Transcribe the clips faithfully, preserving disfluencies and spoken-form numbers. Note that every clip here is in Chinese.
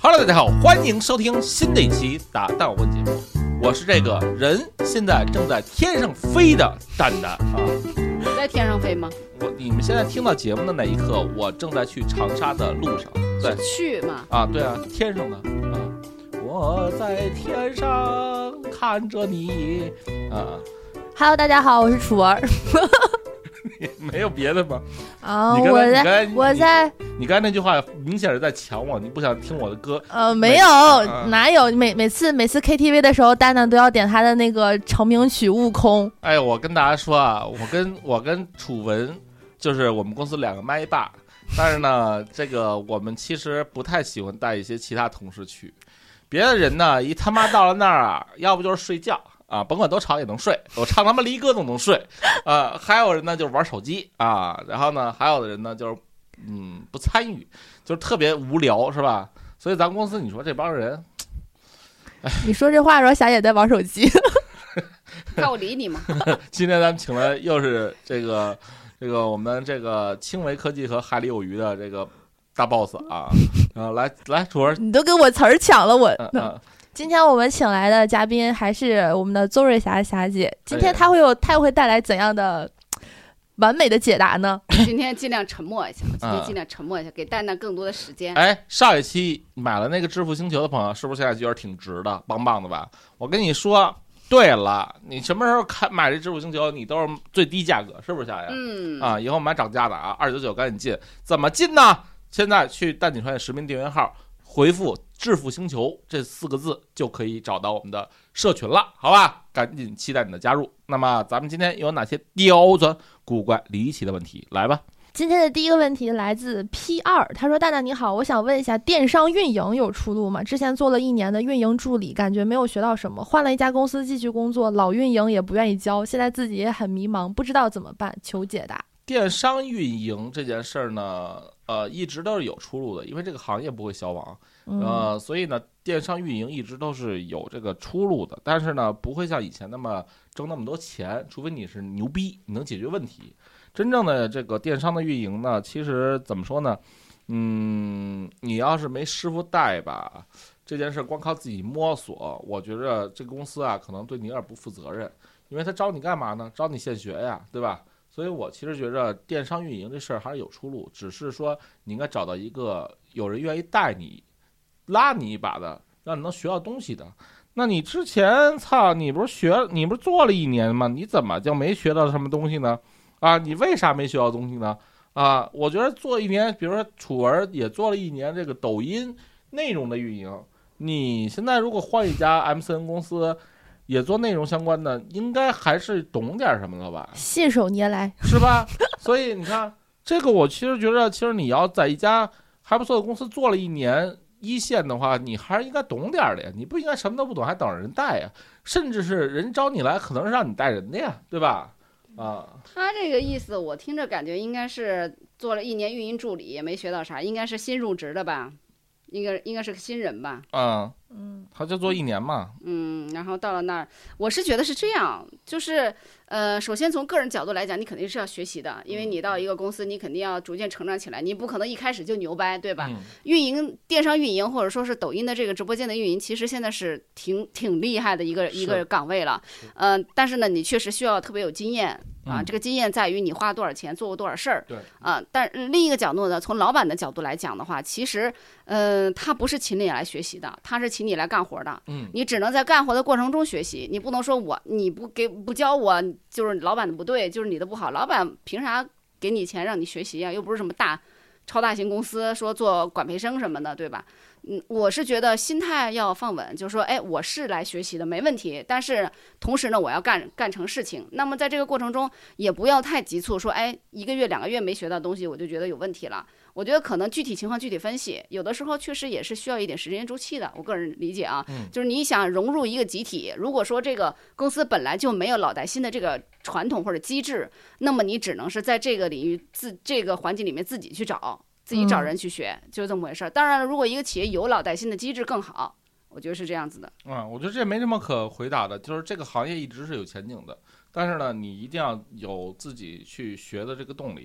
Hello， 大家好，欢迎收听新的一期打蛋我问节目，我是这个人现在正在天上飞的蛋蛋啊。 你在天上飞吗？ 我你们现在听到节目的那一刻，我正在去长沙的路上。对， 去吗？ 啊，对啊，天上的啊，我在天上看着你啊。 Hello， 大家好，我是楚文。 没有别的吗？ 啊， 我在我在你，你刚才那句话明显是在抢我，你不想听我的歌？ 呃，没有，啊、哪有？每每次每次 K T V 的时候，蛋蛋都要点他的那个成名曲《悟空》。 哎，我跟大家说啊，我跟我跟楚文就是我们公司两个麦霸，但是呢，这个我们其实不太喜欢带一些其他同事去，别的人呢一他妈到了那儿啊，要不就是睡觉。啊，甭管多吵也能睡，我唱他妈离歌都能睡，啊，还有人呢就是玩手机啊，然后呢还有的人呢就是嗯不参与，就是特别无聊，是吧？所以咱们公司你说这帮人， 你说这话的时候，霞也在玩手机， 看我理你吗？ 今天咱们请来又是这个这个我们这个轻维科技和海里有鱼的这个大 boss 啊，啊来来楚儿， 你都跟我词儿抢了我。 嗯嗯今天我们请来的嘉宾还是我们的邹瑞霞霞姐，今天她会有她会带来怎样的完美的解答呢？ 今天尽量沉默一下，今天尽量沉默一下，给蛋蛋更多的时间。 哎，上一期买了那个致富星球的朋友，是不是现在觉得挺值的，棒棒的吧？我跟你说，对了，你什么时候看买这致富星球，你都是最低价格，是不是夏呀？ 嗯啊，以后买涨价的啊，二九九赶紧进，怎么进呢？现在去蛋姐创业实名订阅号。回复致富星球这四个字就可以找到我们的社群了，好吧？赶紧期待你的加入。那么咱们今天有哪些刁钻、古怪、离奇的问题？来吧。 今天的第一个问题来自 P 二，他说：“蛋蛋你好，我想问一下，电商运营有出路吗？之前做了一年的运营助理，感觉没有学到什么，换了一家公司继续工作，老运营也不愿意教，现在自己也很迷茫，不知道怎么办，求解答。” 电商运营这件事儿呢，呃，一直都是有出路的，因为这个行业不会消亡，呃，所以呢，电商运营一直都是有这个出路的，但是呢，不会像以前那么挣那么多钱，除非你是牛逼，你能解决问题。真正的这个电商的运营呢，其实怎么说呢，嗯，你要是没师傅带吧，这件事光靠自己摸索，我觉着这个公司啊，可能对你有点不负责任，因为他招你干嘛呢？招你现学呀，对吧？所以我其实觉着电商运营这事儿还是有出路，只是说你应该找到一个有人愿意带你、拉你一把的，让你能学到东西的。那你之前操，你不是学，你不是做了一年吗？你怎么就没学到什么东西呢？啊，你为啥没学到东西呢？啊，我觉得做一年，比如说楚文也做了一年这个抖音内容的运营，你现在如果换一家 M C N 公司。也做内容相关的，应该还是懂点什么了吧？ 信手拈来， 是吧？所以你看，这个我其实觉得，其实你要在一家还不错的公司做了一年一线的话，你还是应该懂点的呀。你不应该什么都不懂还等着人带呀，甚至是人招你来，可能是让你带人的呀，对吧？啊， 他这个意思我听着感觉应该是做了一年运营助理，也没学到啥，应该是新入职的吧？应该应该是个新人吧？ 嗯嗯，他就做一年嘛。 嗯，然后到了那儿，我是觉得是这样，就是呃，首先从个人角度来讲，你肯定是要学习的，因为你到一个公司，你肯定要逐渐成长起来，你不可能一开始就牛掰，对吧？嗯、运营电商运营或者说是抖音的这个直播间的运营，其实现在是挺挺厉害的一个一个岗位了，嗯、呃，但是呢，你确实需要特别有经验。啊，这个经验在于你花多少钱做过多少事儿。 对啊，但另一个角度呢，从老板的角度来讲的话，其实，呃，他不是请你来学习的，他是请你来干活的。嗯，你只能在干活的过程中学习，你不能说我你不给不教我，就是老板的不对，就是你的不好。老板凭啥给你钱让你学习啊？又不是什么大超大型公司，说做管培生什么的，对吧？嗯，我是觉得心态要放稳，就是说，哎，我是来学习的，没问题。但是同时呢，我要干干成事情。那么在这个过程中，也不要太急促，说，哎，一个月、两个月没学到东西，我就觉得有问题了。我觉得可能具体情况具体分析，有的时候确实也是需要一点时间周期的。我个人理解啊，嗯、就是你想融入一个集体，如果说这个公司本来就没有老带新的这个传统或者机制，那么你只能是在这个领域自这个环境里面自己去找。自己找人去学，嗯、就是这么回事。当然了，如果一个企业有老带新的机制更好，我觉得是这样子的。 嗯，我觉得这没什么可回答的，就是这个行业一直是有前景的，但是呢，你一定要有自己去学的这个动力。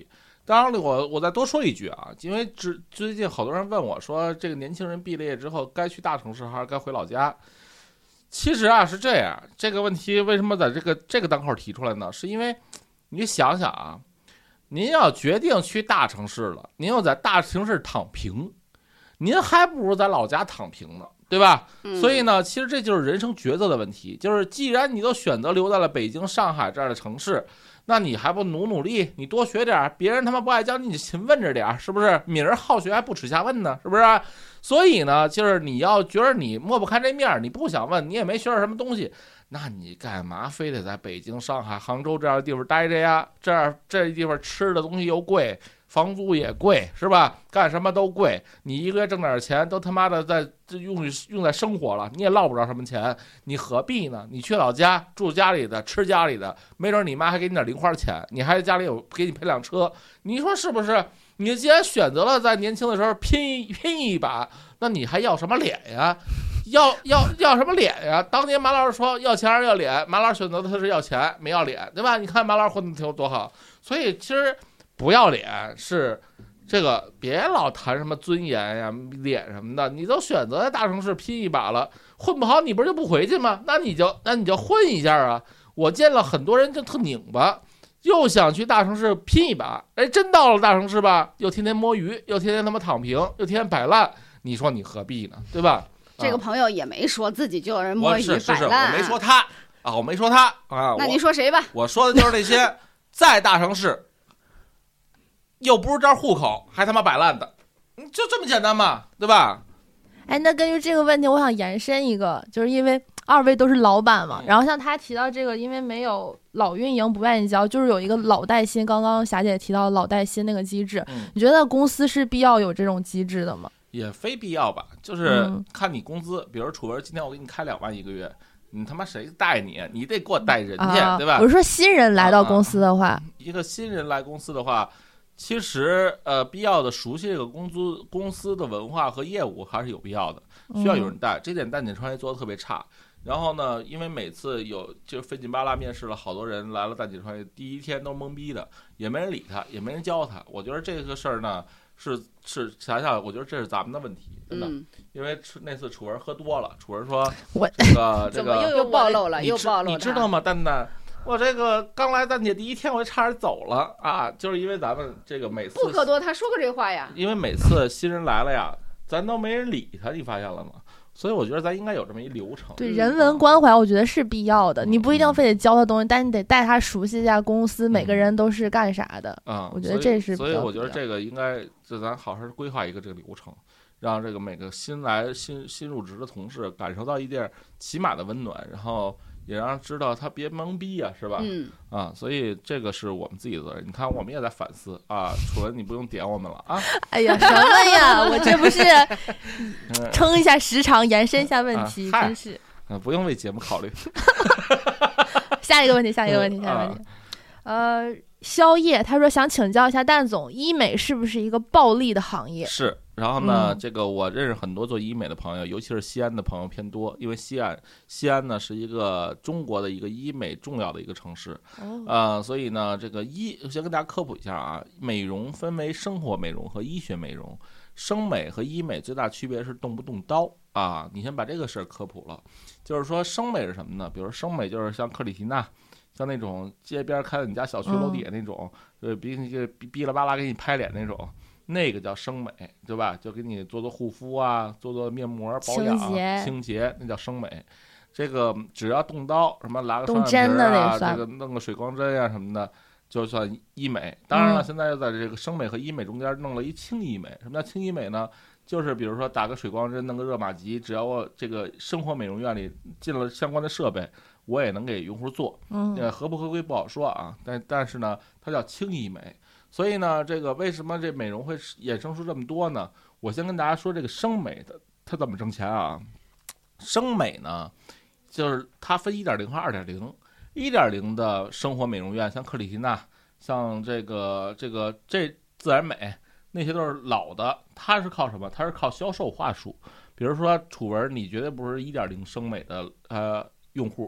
当然了，我我再多说一句啊，因为最最近好多人问我说，这个年轻人毕了业之后该去大城市还是该回老家？其实啊是这样，这个问题为什么在这个这个当口提出来呢？是因为你想想啊，您要决定去大城市了，您又在大城市躺平，您还不如在老家躺平呢。对吧？所以呢，其实这就是人生抉择的问题。就是既然你都选择留在了北京、上海这样的城市，那你还不努努力，你多学点，别人他妈不爱教你，你勤问着点，是不是？敏而好学还不耻下问呢，是不是？所以呢，就是你要觉得你抹不开这面，你不想问，你也没学点什么东西，那你干嘛非得在北京、上海、杭州这样的地方待着呀？这样这地方吃的东西又贵，房租也贵，是吧？干什么都贵，你一个月挣点钱都他妈的在用用在生活了，你也落不着什么钱，你何必呢？你去老家住家里的，吃家里的，没准你妈还给你点零花钱，你还家里有给你赔辆车，你说是不是？你既然选择了在年轻的时候拼一拼一把，那你还要什么脸呀？要要要什么脸呀？当年马老师说要钱还是要脸，马老师选择的他是要钱，没要脸，对吧？你看马老师混的多好，所以其实不要脸是这个，别老谈什么尊严呀、脸什么的，你都选择在大城市拼一把了，混不好你不是就不回去吗？那你就那你就混一下啊！我见了很多人就特拧巴。又想去大城市拼一把，哎，真到了大城市吧，又天天摸鱼，又天天他妈躺平，又天天摆烂，你说你何必呢？对吧？ 这个朋友也没说自己就有人摸鱼是是是， 摆烂， 我没说他啊，我没说他啊。 那你说谁吧？ 我说的就是那些在大城市又不是这儿户口，还他妈摆烂的，就这么简单嘛，对吧？ 哎，那根据这个问题，我想延伸一个，就是因为二位都是老板嘛，然后像他提到这个，因为没有老运营不愿意交，就是有一个老带新，刚刚霞姐提到老带新那个机制， 嗯、 你觉得公司是必要有这种机制的吗？ 也非必要吧，就是看你工资，嗯、比如楚文今天我给你开两万一个月，你他妈谁带你？你得给我带人去， 啊、 对吧？ 我是说新人来到公司的话， 啊、一个新人来公司的话。其实，呃，必要的熟悉这个公司公司的文化和业务还是有必要的，需要有人带。嗯、这点蛋姐创业做的特别差。然后呢，因为每次有就费劲巴拉面试了好多人来了蛋姐创业，第一天都懵逼的，也没人理他，也没人教他。我觉得这个事儿呢，是是想想，我觉得这是咱们的问题，真的。嗯、因为那次楚文喝多了，楚文说：“ 我这个这个又暴露了，又暴露了， 你知道吗，蛋蛋？”我这个刚来蛋姐第一天，我就差点走了啊！就是因为咱们这个每次不可多，他说过这话呀。 因为每次新人来了呀，咱都没人理他，你发现了吗？所以我觉得咱应该有这么一流程。 对，人文关怀，我觉得是必要的。嗯、你不一定非得教他东西，嗯、但你得带他熟悉一下公司，每个人都是干啥的。 嗯， 我觉得这是所以。所以我觉得这个应该，就咱好好规划一个这个流程，让这个每个新来新新入职的同事感受到一点起码的温暖，然后。也让人知道他别懵逼啊，是吧？ 嗯啊，所以这个是我们自己的责任。你看，我们也在反思啊。楚文，你不用点我们了啊。 哎呀，什么呀？我这不是撑一下时长，延伸一下问题， 啊、 真是。 嗯，不用为节目考虑。 下一个问题，下一个问题，下一个问题。啊、呃，宵夜，他说想请教一下蛋总，医美是不是一个暴利的行业？ 是。然后呢， 嗯、 这个我认识很多做医美的朋友，尤其是西安的朋友偏多，因为西安西安呢是一个中国的一个医美重要的一个城市， 哦、 呃，所以呢，这个医先跟大家科普一下啊，美容分为生活美容和医学美容，生美和医美最大区别是动不动刀啊，你先把这个事儿科普了，就是说生美是什么呢？比如生美就是像克里缇娜。像那种街边开到你家小区楼底下那种，呃、嗯，逼你逼逼了吧啦给你拍脸那种，那个叫生美，对吧？就给你做做护肤啊，做做面膜保养、清洁，清洁那叫生美。这个只要动刀，什么拉个双眼皮啊，这个弄个水光针啊什么的，就算医美。当然了，嗯、现在又在这个生美和医美中间弄了一轻医美。什么叫轻医美呢？就是比如说打个水光针，弄个热玛吉，只要我这个生活美容院里进了相关的设备。我也能给用户做， 嗯， 合不合规不好说啊，但但是呢，它叫轻医美，所以呢，这个为什么这美容会衍生出这么多呢？我先跟大家说这个生美的它怎么挣钱啊？生美呢，就是它分 一点零 和 二点零， 一点零 的生活美容院，像克里缇娜，像这个这个这自然美，那些都是老的，它是靠什么？它是靠销售话术，比如说楚文，你绝对不是 一点零 生美的呃用户。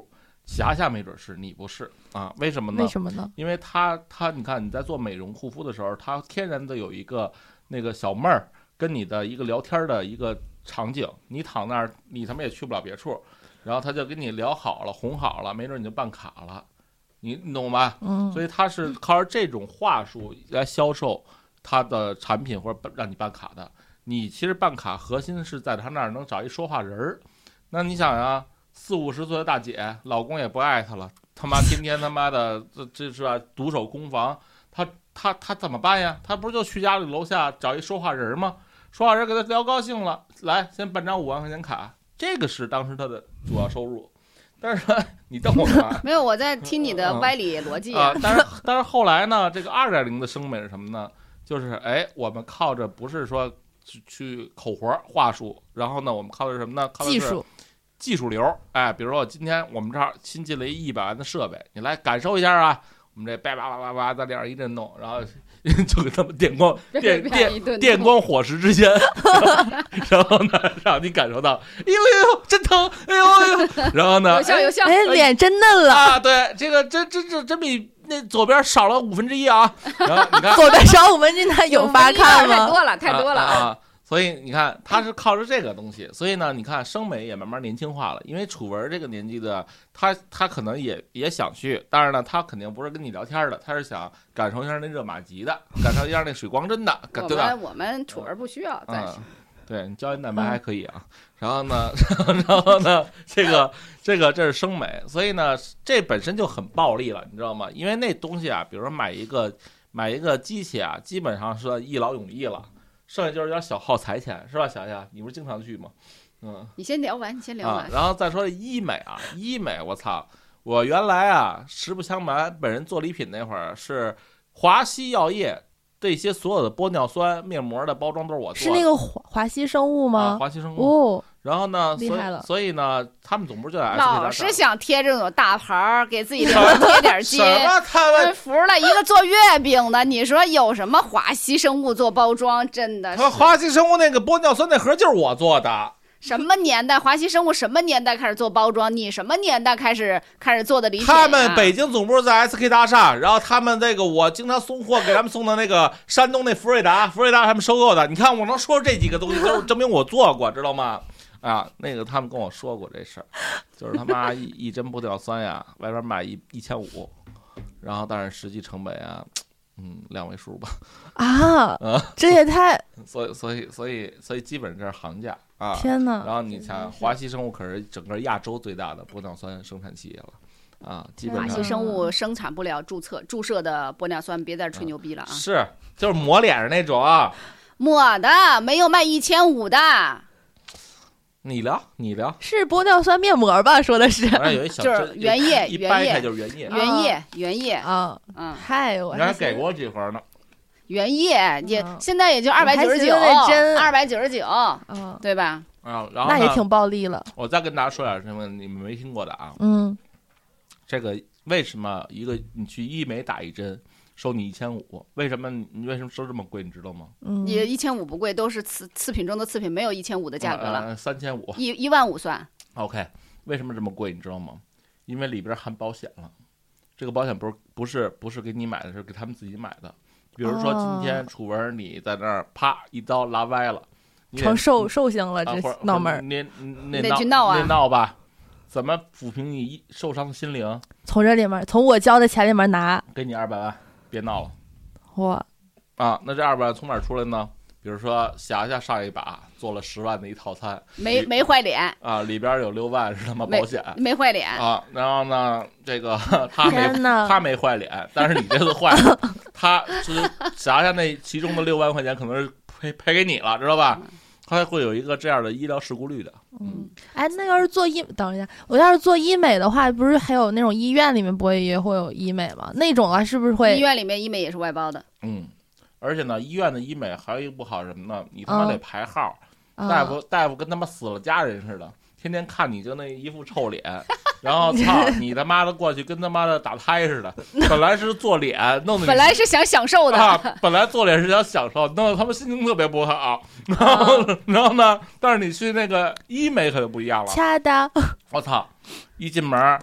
霞霞没准是你不是啊？为什么呢？ 为什么呢？ 因为他他你看你在做美容护肤的时候，他天然的有一个那个小妹儿跟你的一个聊天的一个场景，你躺那儿你他妈也去不了别处，然后他就跟你聊好了哄好了，没准你就办卡了，你你懂吧？ 嗯， 所以他是靠着这种话术来销售他的产品或者让你办卡的。你其实办卡核心是在他那儿能找一说话人儿。那你想呀，四五十岁的大姐，老公也不爱她了，他妈天天他妈的这这是吧，独守空房，他他他怎么办呀？他不是就去家里楼下找一说话人吗？说话人给他聊高兴了，来先办张五万块钱卡，这个是当时他的主要收入。但是你瞪我干没有，我在听你的歪理逻辑啊。但是但是后来呢，这个二点零的生美是什么呢？就是哎，我们靠着不是说去去口活话术，然后呢，我们靠的是什么呢？靠的是技术。 技术流，哎，比如说今天我们这儿新进了一一百万的设备，你来感受一下啊！我们这叭叭叭叭叭在脸上一阵动，然后就给他们电光电电电光火石之间，然后呢，让你感受到，哎呦呦呦，真疼，哎呦哎呦，然后呢， 有效有效， 哎，脸真嫩了啊！对，这个真真真真比那左边少了五分之一啊！然后你看， 左边少五分之一，那有发看吗？ 太多了，太多了啊！啊所以你看，他是靠着这个东西，所以呢，你看生美也慢慢年轻化了。因为楚文这个年纪的，他他可能也也想去，但是呢，他肯定不是跟你聊天的，他是想感受一下那热玛吉的，感受一下那水光针的，对吧？ 我们我们楚文不需要，暂时。 嗯对你胶原蛋白还可以啊，然后呢，然后呢，这个这个这是生美，所以呢，这本身就很暴利了，你知道吗？因为那东西啊，比如说买一个买一个机器啊，基本上是一劳永逸了。剩下就是有点小耗财钱，是吧？想想你不是经常去吗？嗯， 你先聊完，你先聊完。 啊、然后再说医美啊，医美，我操！我原来啊，实不相瞒，本人做礼品那会儿是华西药业这些所有的玻尿酸面膜的包装都是我做的。 是那个华华西生物吗？ 啊、华西生物。 哦。 然后呢， 厉害了。 所以呢，他们总部就在 S K 老是想贴这种大牌儿，给自己脸上贴点金。 什么？他们服了一个做月饼的，你说有什么华西生物做包装？真的是。 他华西生物那个玻尿酸那盒就是我做的。 什么年代？华西生物什么年代开始做包装？你什么年代开始开始做的礼品、啊？ 他们北京总部在 S K 大厦，然后他们这个我经常送货给他们送的那个山东那福瑞达，福瑞达他们收购的。你看我能说这几个东西，就是证明我做过，知道吗？啊，那个他们跟我说过这事儿，就是他妈一一针玻尿酸呀，外边卖一一千五，然后但是实际成本啊，嗯，两位数吧。 啊， 啊， 这也太…… 所以所以所以所以基本这是行价啊！ 天哪！ 然后你想，华西生物可是整个亚洲最大的玻尿酸生产企业了啊，基本上。 华西生物生产不了注册注射的玻尿酸，别再吹牛逼了啊！ 是，就是抹脸上那种啊， 抹的，没有卖一千五的。 你聊，你聊， 是玻尿酸面膜吧？说的是， 有一小就是原液， 一掰开就是原液， 原液，原液啊， 嗯， 嗨，我你还给过几盒呢？ 原液也现在也就二百九十九，二百九十九，嗯，对吧？ 啊，然后那也挺暴利了。 我再跟大家说点什么你们没听过的啊？ 嗯， 这个为什么一个你去医美打一针？收你一千五，为什么你为什么收这么贵？你知道吗？ 嗯， 也一千五不贵，都是次次品中的次品，没有一千五的价格了， 三千五， 一一万五算。 OK， 为什么这么贵？你知道吗？因为里边含保险了。这个保险不是不是不是给你买的，是给他们自己买的。比如说今天楚文你在那儿啪一刀拉歪了， 成寿寿星了，这闹门儿， 你你得去闹啊， 你闹吧。怎么抚平你受伤的心灵？ 从这里面，从我交的钱里面拿， 给你二百万。别闹了， 哇啊！那这二百万从哪儿出来呢？比如说霞霞上一把做了十万的一套餐， 没没坏脸啊，里边有六万是他妈保险， 没坏脸啊。然后呢，这个他没他没坏脸，但是你这次坏了，他就是霞霞那其中的六万块钱可能是赔赔给你了，知道吧？它会有一个这样的医疗事故率的。 嗯，哎，那要是做医，等一下，我要是做医美的话，不是还有那种医院里面不会也会有医美吗？那种啊，是不是会？ 医院里面医美也是外包的。 嗯，而且呢，医院的医美还有一个不好什么呢？你他妈得排号， 嗯、 大夫大夫跟他妈死了家人似的，天天看你就那一副臭脸。然后操你他妈的过去跟他妈的打胎似的，本来是做脸弄的， 本来是想享受的， 啊，本来做脸是想享受，弄得他们心情特别不好。然后、啊、然后呢，但是你去那个医美可就不一样了。 掐的， 我操，一进门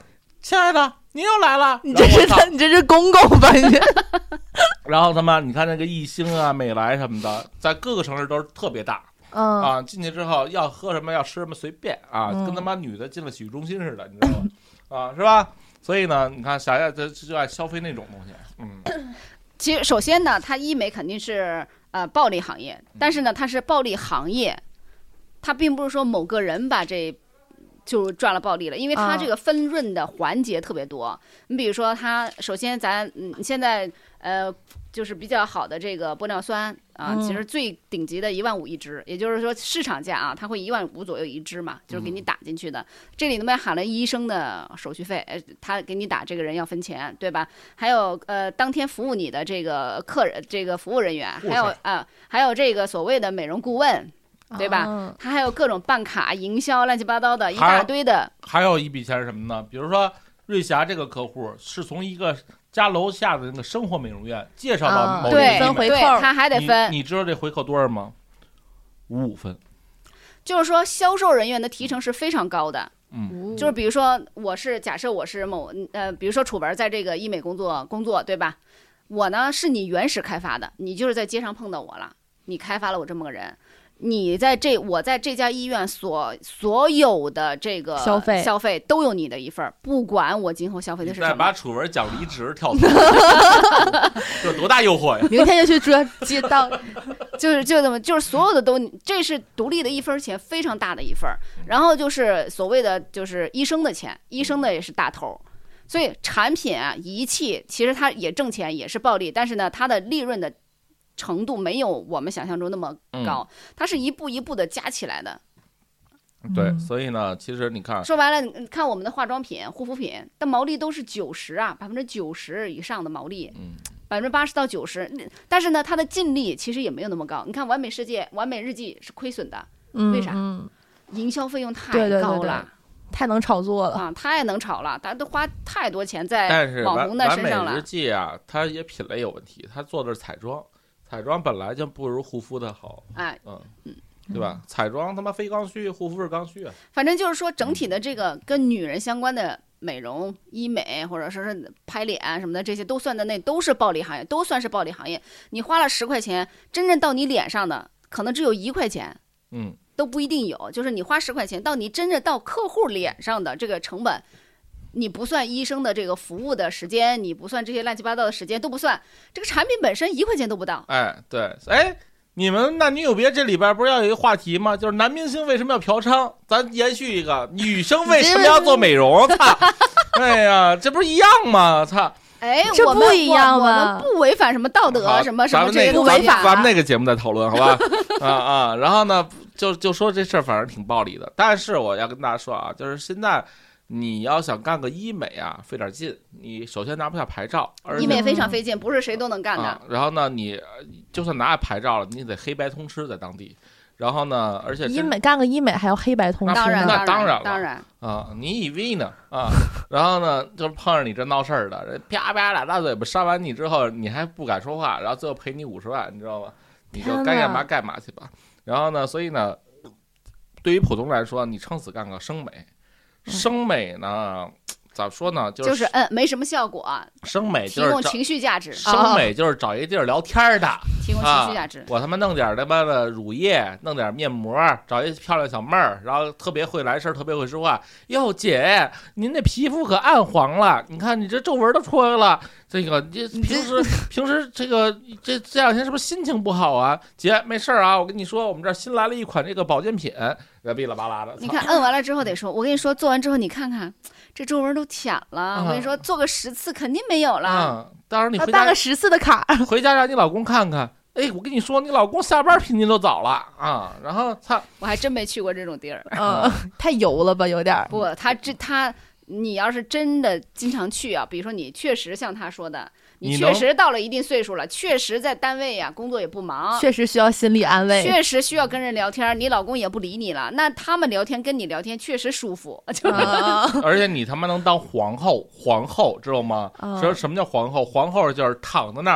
亲爱的，你又来了。 你这是你这是公公吧？你然后他妈，你看那个艺星啊、美莱什么的，在各个城市都是特别大。 嗯啊，进去之后要喝什么要吃什么随便啊， 嗯、 跟他妈女的进了洗浴中心似的，你知道吗？啊，是吧？所以呢，你看小亚这就爱消费那种东西。嗯， 其实首先呢，它医美肯定是呃暴利行业，但是呢，它是暴利行业，它并不是说某个人把这就赚了暴利了，因为它这个分润的环节特别多。你、嗯、比如说，它首先咱嗯现在呃。就是比较好的这个玻尿酸啊， 嗯、 其实最顶级的一万五一支，也就是说市场价啊，它会一万五左右一支嘛，就是给你打进去的。嗯、这里面含了医生的手续费，呃，他给你打这个人要分钱，对吧？还有呃，当天服务你的这个客人，这个服务人员，还有啊、呃，还有这个所谓的美容顾问，对吧？哦、他还有各种办卡、营销，乱七八糟的一大堆的。 还有一笔钱是什么呢？比如说瑞霞这个客户是从一个家楼下的那个生活美容院介绍到某一个医美， 分回扣， 他还得分你。你知道这回扣多少吗？五五分。 就是说，销售人员的提成是非常高的。 嗯， 就是比如说，我是假设我是某呃，比如说楚文在这个医美工作工作，对吧？我呢是你原始开发的，你就是在街上碰到我了，你开发了我这么个人。你在这，我在这家医院所所有的这个消费消费都有你的一份，不管我今后消费的是什么。 再把楚文讲离职跳槽，这多大诱惑呀！ 明天就去做接到， 就是就这么，就是所有的都，这是独立的一分钱，非常大的一份。然后就是所谓的就是医生的钱，医生的也是大头。所以产品啊、仪器，其实它也挣钱，也是暴利，但是呢，它的利润的程度没有我们想象中那么高，嗯、它是一步一步的加起来的。 对，所以呢，其实你看， 说白了，你看我们的化妆品、护肤品的毛利都是九十啊，百分之九十以上的毛利， 嗯， 百分之八十到九十。但是呢，它的净利其实也没有那么高。你看完美世界、完美日记是亏损的， 嗯、 为啥？ 嗯、 营销费用太对对对对高了。 太能炒作了啊！太能炒了，大家都花太多钱在网红的身上了。 完美日记啊，它也品类有问题，它做的是彩妆，彩妆本来就不如护肤的好。 哎， 嗯嗯，对吧？彩妆他妈非刚需，护肤是刚需啊。 反正就是说，整体的这个跟女人相关的美容、医美，或者说是拍脸什么的，这些都算在内，都是暴利行业，都算是暴利行业。你花了十块钱，真正到你脸上的可能只有一块钱。 嗯。 都不一定有，就是你花十块钱到你真正到客户脸上的这个成本，你不算医生的这个服务的时间，你不算这些乱七八糟的时间都不算，这个产品本身一块钱都不到。 哎，对，哎，你们男女有别这里边不是要有一个话题吗？就是男明星为什么要嫖娼？咱延续一个，女生为什么要做美容？操！哎呀，这不是一样吗？操！ 哎， 这不一样吗？我们不违反什么道德，什么什么这个不违反、啊。 咱们那个节目再讨论，好吧？啊啊，然后呢，就就说这事儿反正挺暴利的。但是我要跟大家说啊，就是现在你要想干个医美啊，费点劲。你首先拿不下牌照， 医美非常费劲，不是谁都能干的。 啊、然后呢，你就算拿下牌照了，你得黑白通吃在当地。然后呢，而且医美干个医美还要黑白通吃， 当然那当然了， 当然啊，你以为呢啊？然后呢，就碰上你这闹事儿的，人啪啪俩大嘴巴扇完你之后，你还不敢说话，然后最后赔你五十万，你知道吗？你就该干嘛干嘛去吧。然后呢，所以呢，对于普通来说，你撑死干个生美，生美呢。咋说呢？就是就是嗯，没什么效果。 生美就是提供情绪价值， 生美就是找一地儿聊天的， 提供情绪价值。 啊、我他妈弄点他妈的乳液，弄点面膜，找一漂亮小妹儿，然后特别会来事儿，特别会说话。哟，姐，您这皮肤可暗黄了，你看你这皱纹都出来了。这个这平时平时这个这这两天是不是心情不好啊？姐，没事啊，我跟你说，我们这儿新来了一款这个保健品，哔啦吧啦的。 你看，摁完了之后得说，我跟你说，做完之后你看看，这皱纹都浅了。啊、我跟你说，做个十次肯定没有了。 啊，当然你回家办个十次的卡， 回家让你老公看看。哎，我跟你说，你老公下班比你都早了啊。然后他， 我还真没去过这种地儿。 嗯，太油了吧，有点。 不，他这他。你要是真的经常去啊，比如说你确实像他说的，你确实到了一定岁数了，确实在单位呀、啊、工作也不忙， 确实需要心理安慰， 确实需要跟人聊天，你老公也不理你了，那他们聊天跟你聊天确实舒服，就啊、 而且你他妈能当皇后，皇后知道吗？说、啊、什么叫皇后？皇后就是躺在那儿，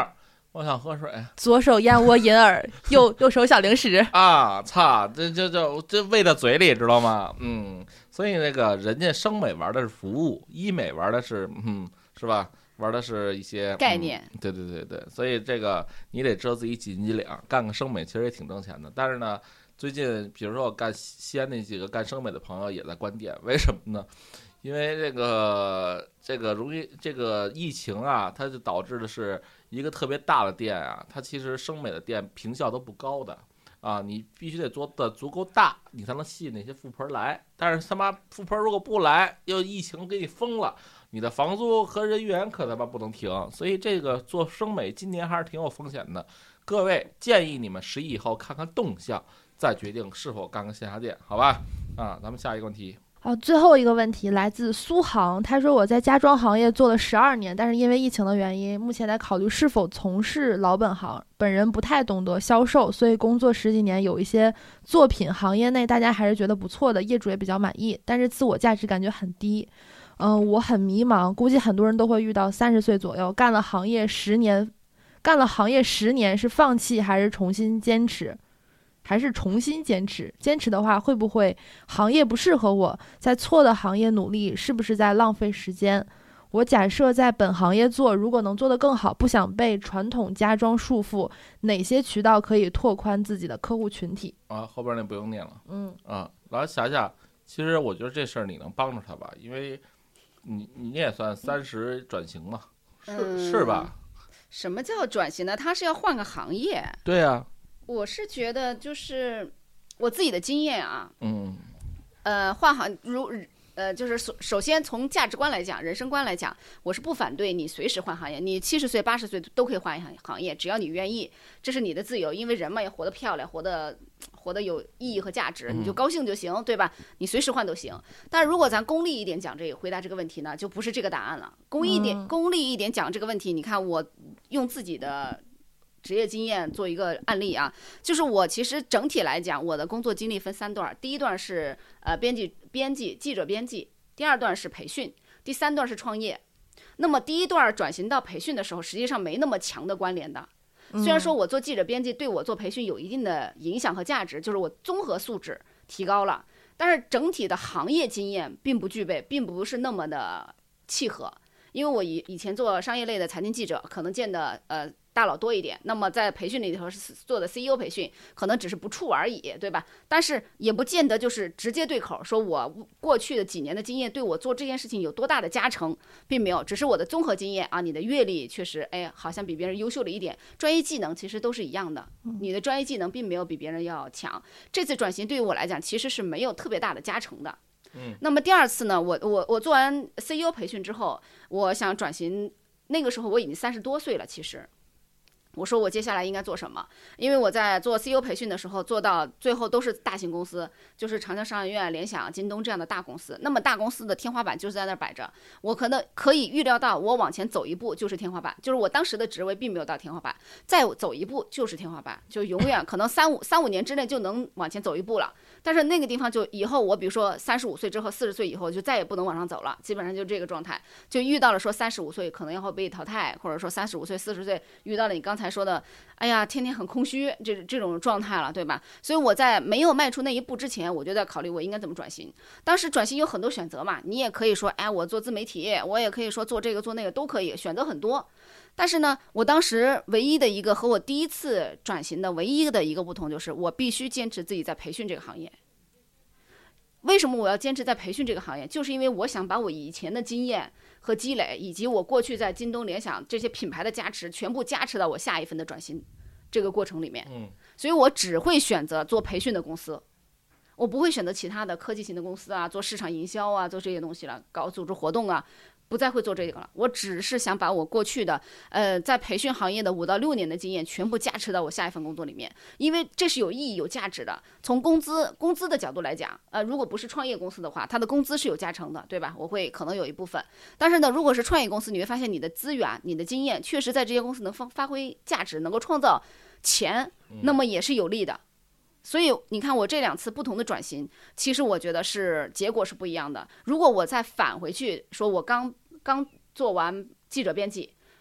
我想喝水。 左手燕窝银耳，右右手小零食啊！操，这这这这喂到嘴里，知道吗？嗯，所以那个人家生美玩的是服务，医美玩的是嗯，是吧？玩的是一些概念。 嗯、对对对对，所以这个你得知道自己几斤几两，干个生美其实也挺挣钱的。但是呢，最近比如说我干西安那几个干生美的朋友也在关店，为什么呢？因为这个这个容易这个疫情啊，它就导致的是一个特别大的店啊，它其实生美的店坪效都不高的啊，你必须得做的足够大，你才能吸引那些富婆来。但是他妈富婆如果不来，又疫情给你封了，你的房租和人员可他妈不能停。所以这个做生美今年还是挺有风险的。各位建议你们十一以后看看动向，再决定是否干个线下店，好吧？啊，咱们下一个问题。 好，最后一个问题来自苏杭，他说我在家装行业做了十二年，但是因为疫情的原因，目前在考虑是否从事老本行。本人不太懂得销售，所以工作十几年，有一些作品行业内大家还是觉得不错的，业主也比较满意，但是自我价值感觉很低。嗯、呃，我很迷茫，估计很多人都会遇到三十岁左右，干了行业十年，干了行业十年是放弃还是重新坚持？还是重新坚持？坚持的话，会不会行业不适合我？在错的行业努力，是不是在浪费时间？我假设在本行业做，如果能做得更好，不想被传统家装束缚，哪些渠道可以拓宽自己的客户群体？ 啊，后边那不用念了。 嗯啊，老霞霞，其实我觉得这事儿你能帮助他吧，因为你你也算三十转型嘛，是、嗯、是吧？ 什么叫转型呢？他是要换个行业。 对啊。 我是觉得就是我自己的经验啊， 嗯， 呃，换行如呃，就是首首先从价值观来讲，人生观来讲，我是不反对你随时换行业，你七十岁、八十岁都可以换行行业，只要你愿意，这是你的自由。因为人嘛，也活得漂亮，活得活得有意义和价值，你就高兴就行，对吧？你随时换都行。但是如果咱功利一点讲这个，回答这个问题呢，就不是这个答案了。功利一点，功利一点讲这个问题，你看我用自己的职业经验做一个案例啊，就是我其实整体来讲，我的工作经历分三段，第一段是呃编辑、编辑、记者编辑，第二段是培训，第三段是创业。那么第一段转型到培训的时候，实际上没那么强的关联的。虽然说我做记者编辑对我做培训有一定的影响和价值，就是我综合素质提高了，但是整体的行业经验并不具备，并不是那么的契合。因为我以以前做商业类的财经记者，可能见的呃大佬多一点，那么在培训里头是做的 C E O 培训，可能只是不处而已，对吧？但是也不见得就是直接对口，说我过去的几年的经验对我做这件事情有多大的加成，并没有，只是我的综合经验啊，你的阅历确实，哎，好像比别人优秀了一点，专业技能其实都是一样的，你的专业技能并没有比别人要强。这次转型对于我来讲，其实是没有特别大的加成的。 嗯， 那么第二次呢，我我我做完 C E O 培训之后，我想转型，那个时候我已经三十多岁了，其实。我说我接下来应该做什么？因为我在做 C E O 培训的时候，做到最后都是大型公司，就是长江商学院、联想、京东这样的大公司。那么大公司的天花板就是在那儿摆着，我可能可以预料到，我往前走一步就是天花板，就是我当时的职位并没有到天花板，再走一步就是天花板，就永远可能三五三五年之内就能往前走一步了。但是那个地方就以后我比如说三十五岁之后、四十岁以后就再也不能往上走了，基本上就这个状态。就遇到了说三十五岁可能要会被淘汰，或者说三十五岁、四十岁遇到了你刚才才说的，哎呀，天天很空虚，这这种状态了，对吧？所以我在没有迈出那一步之前，我就在考虑我应该怎么转型。当时转型有很多选择嘛，你也可以说，哎，我做自媒体，我也可以说做这个做那个都可以，选择很多。但是呢，我当时唯一的一个和我第一次转型的唯一的一个不同就是，我必须坚持自己在培训这个行业。为什么我要坚持在培训这个行业？就是因为我想把我以前的经验和积累，以及我过去在京东、联想这些品牌的加持，全部加持到我下一份的转型这个过程里面。 嗯， 所以我只会选择做培训的公司，我不会选择其他的科技型的公司啊，做市场营销啊，做这些东西了，搞组织活动啊。不再会做这个了，我只是想把我过去的，呃，在培训行业的五到六年的经验全部加持到我下一份工作里面，因为这是有意义、有价值的。从工资工资的角度来讲，呃，如果不是创业公司的话，它的工资是有加成的，对吧？我会可能有一部分，但是呢，如果是创业公司，你会发现你的资源、你的经验确实在这些公司能发发挥价值，能够创造钱，那么也是有利的。所以你看我这两次不同的转型，其实我觉得是结果是不一样的。如果我再返回去说，我刚刚做完记者编辑，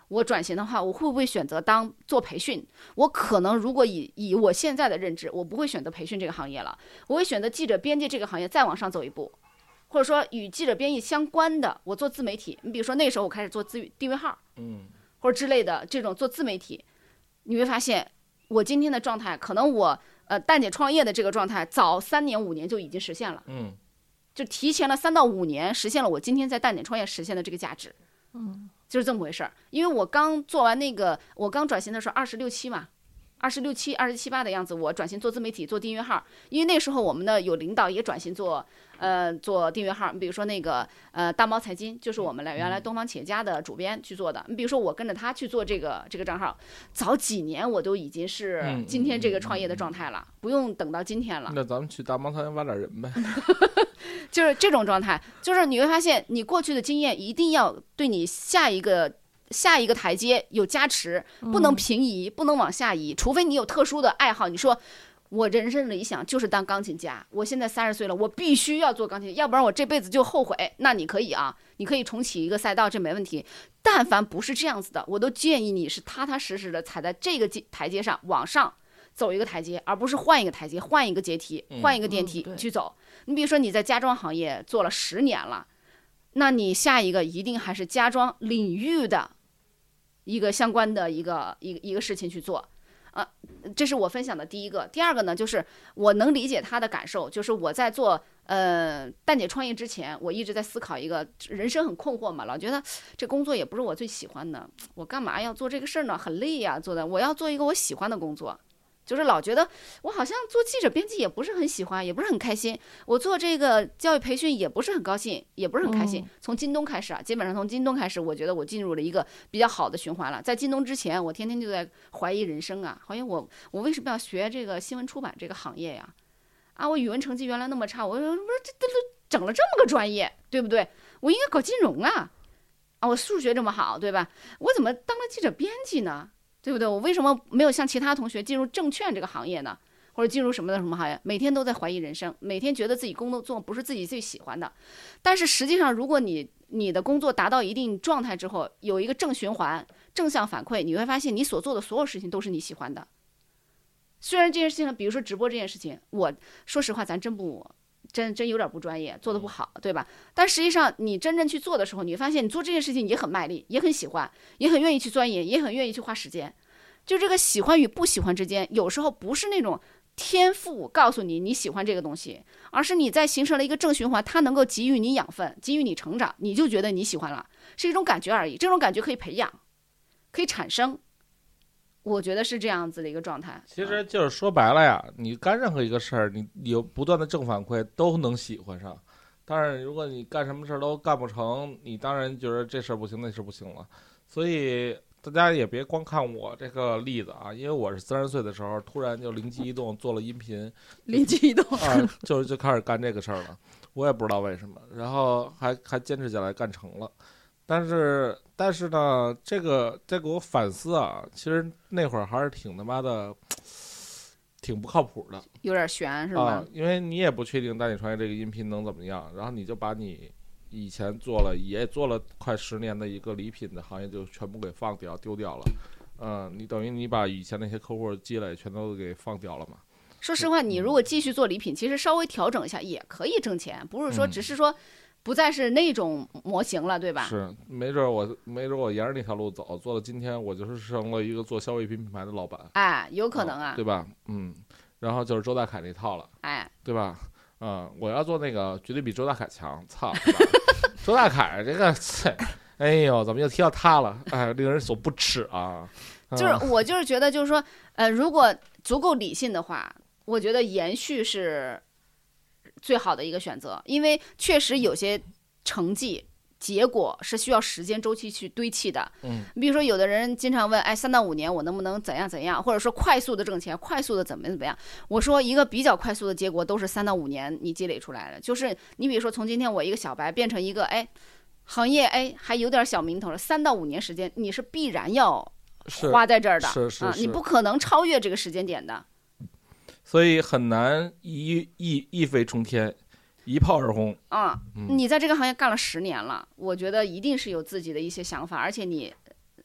我转型的话，我会不会选择当做培训？我可能如果以以我现在的认知，我不会选择培训这个行业了，我会选择记者编辑这个行业再往上走一步，或者说与记者编辑相关的，我做自媒体。你比如说那时候我开始做自订阅号， 嗯， 或者之类的这种做自媒体，你会发现我今天的状态，可能我呃蛋姐创业的这个状态，早三年五年就已经实现了， 嗯， 就提前了三到五年实现了我今天在蛋姐创业实现的这个价值， 嗯。 就是这么回事儿。因为我刚做完那个，我刚转型的时候二十六七嘛，二十六七、二十七八的样子，我转型做自媒体，做订阅号。因为那时候我们的有领导也转型做，呃，做订阅号。你比如说那个呃大猫财经，就是我们来原来东方企业家的主编去做的。你比如说我跟着他去做这个这个账号，早几年我都已经是今天这个创业的状态了，不用等到今天了。 那咱们去大猫财经挖点人呗。 就是这种状态，就是你会发现，你过去的经验一定要对你下一个下一个台阶有加持，不能平移，不能往下移，除非你有特殊的爱好。你说我人生理想就是当钢琴家，我现在三十岁了，我必须要做钢琴，要不然我这辈子就后悔。那你可以啊，你可以重启一个赛道，这没问题。但凡不是这样子的，我都建议你是踏踏实实的踩在这个台阶上往上走一个台阶，而不是换一个台阶，换一个阶梯，换一个电梯去走。你比如说你在家装行业做了十年了，那你下一个一定还是家装领域的一个相关的一个一个一个事情去做。啊，这是我分享的第一个。第二个呢，就是我能理解他的感受，就是我在做呃蛋姐创业之前，我一直在思考一个人生很困惑嘛，老觉得这工作也不是我最喜欢的，我干嘛要做这个事儿呢？很累呀，做的我要做一个我喜欢的工作。就是老觉得我好像做记者编辑也不是很喜欢，也不是很开心。我做这个教育培训也不是很高兴，也不是很开心。从京东开始啊，基本上从京东开始，我觉得我进入了一个比较好的循环了。在京东之前，我天天就在怀疑人生啊，好像我我为什么要学这个新闻出版这个行业呀？啊，我语文成绩原来那么差，我说不是这这整了这么个专业，对不对？我应该搞金融啊，啊，我数学这么好，对吧？我怎么当了记者编辑呢？对不对？我为什么没有像其他同学进入证券这个行业呢？或者进入什么的什么行业？每天都在怀疑人生，每天觉得自己工作做不是自己最喜欢的。但是实际上，如果你你的工作达到一定状态之后，有一个正循环、正向反馈，你会发现你所做的所有事情都是你喜欢的。虽然这件事情，比如说直播这件事情，我说实话，咱真不。真真有点不专业，做得不好，对吧？但实际上你真正去做的时候，你发现你做这件事情也很卖力，也很喜欢，也很愿意去钻研，也很愿意去花时间。就这个喜欢与不喜欢之间，有时候不是那种天赋告诉你你喜欢这个东西，而是你在形成了一个正循环，它能够给予你养分，给予你成长，你就觉得你喜欢了，是一种感觉而已。这种感觉可以培养，可以产生。我觉得是这样子的一个状态。 其实就是说白了呀，你干任何一个事儿，你有不断的正反馈，都能喜欢上。当然，如果你干什么事儿都干不成，你当然觉得这事儿不行，那事儿不行了。所以大家也别光看我这个例子啊，因为我是三十岁的时候突然就灵机一动做了音频， 灵机一动啊，就就开始干这个事儿了。我也不知道为什么，然后还还坚持下来干成了。但是但是呢，这个这个我反思啊，其实那会儿还是挺他妈的，挺不靠谱的， 有点悬是吧？ 啊，因为你也不确定带你创业这个音频能怎么样，然后你就把你以前做了也做了快十年的一个礼品的行业就全部给放掉丢掉了，嗯，你等于你把以前那些客户积累全都给放掉了嘛。 说实话，你如果继续做礼品，其实稍微调整一下也可以挣钱，不是说只是说。不再是那种模型了，对吧？ 是，没准我没准我沿着那条路走，做到今天，我就是成了一个做消费品品牌的老板。 哎，有可能啊， 哦、对吧？嗯，然后就是周大凯那套了， 哎， 对吧？嗯，我要做那个绝对比周大凯强，操！周大凯这个，哎呦，怎么又提到他了？哎，令人所不齿啊！嗯、 就是我就是觉得，就是说，呃，如果足够理性的话，我觉得延续是。最好的一个选择，因为确实有些成绩结果是需要时间周期去堆砌的。 嗯， 比如说有的人经常问，哎，三到五年我能不能怎样怎样，或者说快速的挣钱，快速的怎么怎么样？我说一个比较快速的结果都是三到五年你积累出来的，就是你比如说从今天我一个小白变成一个哎行业哎还有点小名头了，三到五年时间你是必然要花在这儿的， 是是是啊，你不可能超越这个时间点的。 所以很难一一一飞冲天，一炮而红。 啊、嗯，你在这个行业干了十年了，我觉得一定是有自己的一些想法，而且你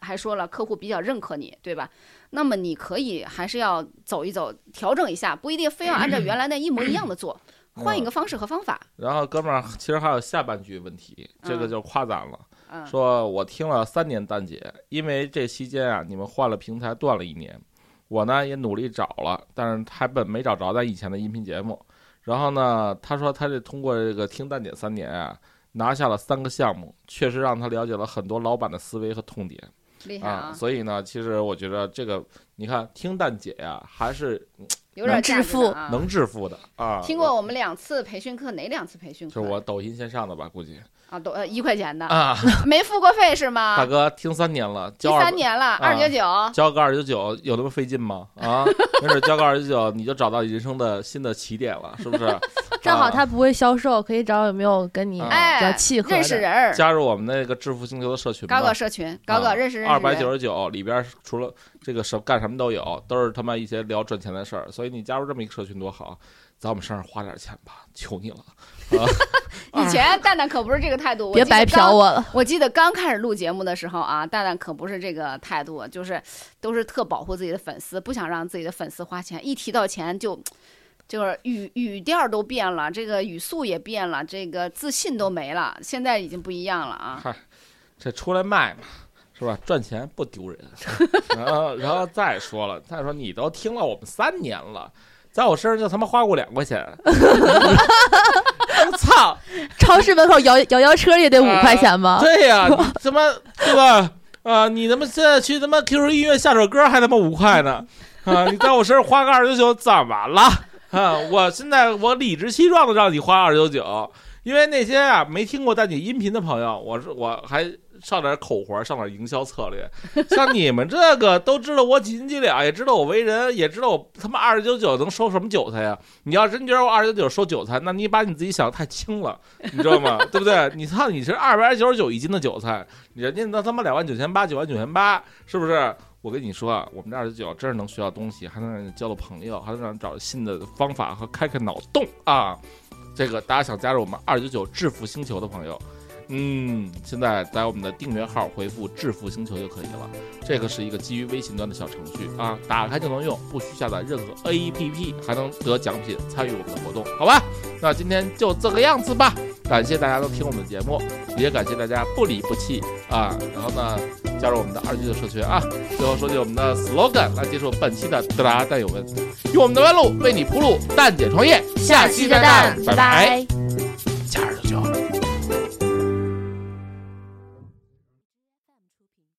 还说了客户比较认可你，对吧？那么你可以还是要走一走，调整一下，不一定非要按照原来那一模一样的做，换一个方式和方法。 然后哥们儿，其实还有下半句问题，这个就夸赞了。 嗯、 说我听了三年蛋姐，因为这期间啊，你们换了平台断了一年，我呢也努力找了，但是还本没找着咱以前的音频节目。然后呢，他说他这通过这个听蛋姐三年啊，拿下了三个项目，确实让他了解了很多老板的思维和痛点。 厉害啊！ 啊所以呢，其实我觉得这个，你看听蛋姐呀、啊，还是有点致富， 啊、 能致富的啊。 听过我们两次培训课，哪两次培训课？ 就是我抖音线上的吧，估计。 啊，都呃一块钱的啊， 没付过费是吗？ 大哥，听三年了， 交三年了，二九九， 交个二九九有那么费劲吗？啊，没准交个二九九你就找到人生的新的起点了，是不是？ 正好他不会销售，可以找有没有跟你比较契合的、 哎、认识人， 加入我们那个致富星球的社群吧， 高个社群，高个、啊、认识认识二百九十九里边除了这个什干什么都有，都是他妈一些聊赚钱的事儿，所以你加入这么一个社群多好，在我们身上花点钱吧，求你了。啊、 以前蛋蛋可不是这个态度， 别白嫖我了。 我记得刚开始录节目的时候啊，蛋蛋可不是这个态度，就是都是特保护自己的粉丝，不想让自己的粉丝花钱，一提到钱就就是语语调都变了，这个语速也变了，这个自信都没了，现在已经不一样了啊。 嗨，这出来卖嘛，是吧？赚钱不丢人。然后，然后再说了，再说你都听了我们三年了。在我身上就他妈花过两块钱，我操！ 超市门口摇摇摇车也得五块钱吗？ 啊、对呀、啊，你他妈对吧？啊，你他妈现在去他妈 Q Q 音乐下首歌还他妈五块呢！啊，你在我身上花个二九九怎么了？啊，我现在我理直气壮的让你花二九九，因为那些啊没听过蛋姐音频的朋友，我是我还上点口活，上点营销策略。像你们这个都知道我几斤几两，也知道我为人，也知道我他妈二九九能收什么韭菜呀？你要真觉得我二九九收韭菜，那你把你自己想的太轻了，你知道吗？对不对？你操，你是二百九十九一斤的韭菜，人家那他妈两万九千八，九万九千八，是不是？我跟你说啊，我们这二九九真是能学到东西，还能让你交到朋友，还能让你找新的方法和开开脑洞啊！这个大家想加入我们二九九致富星球的朋友。嗯，现在在我们的订阅号回复致富星球就可以了。这个是一个基于微信端的小程序啊，打开就能用，不需下载任何 A P P， 还能得奖品，参与我们的活动，好吧？那今天就这个样子吧，感谢大家都听我们的节目，也感谢大家不离不弃啊。然后呢，加入我们的二九九社群啊。最后说句我们的 slogan 来结束本期的嘚啦蛋友们，用我们的弯路为你铺路，蛋姐创业，下期再见，拜拜。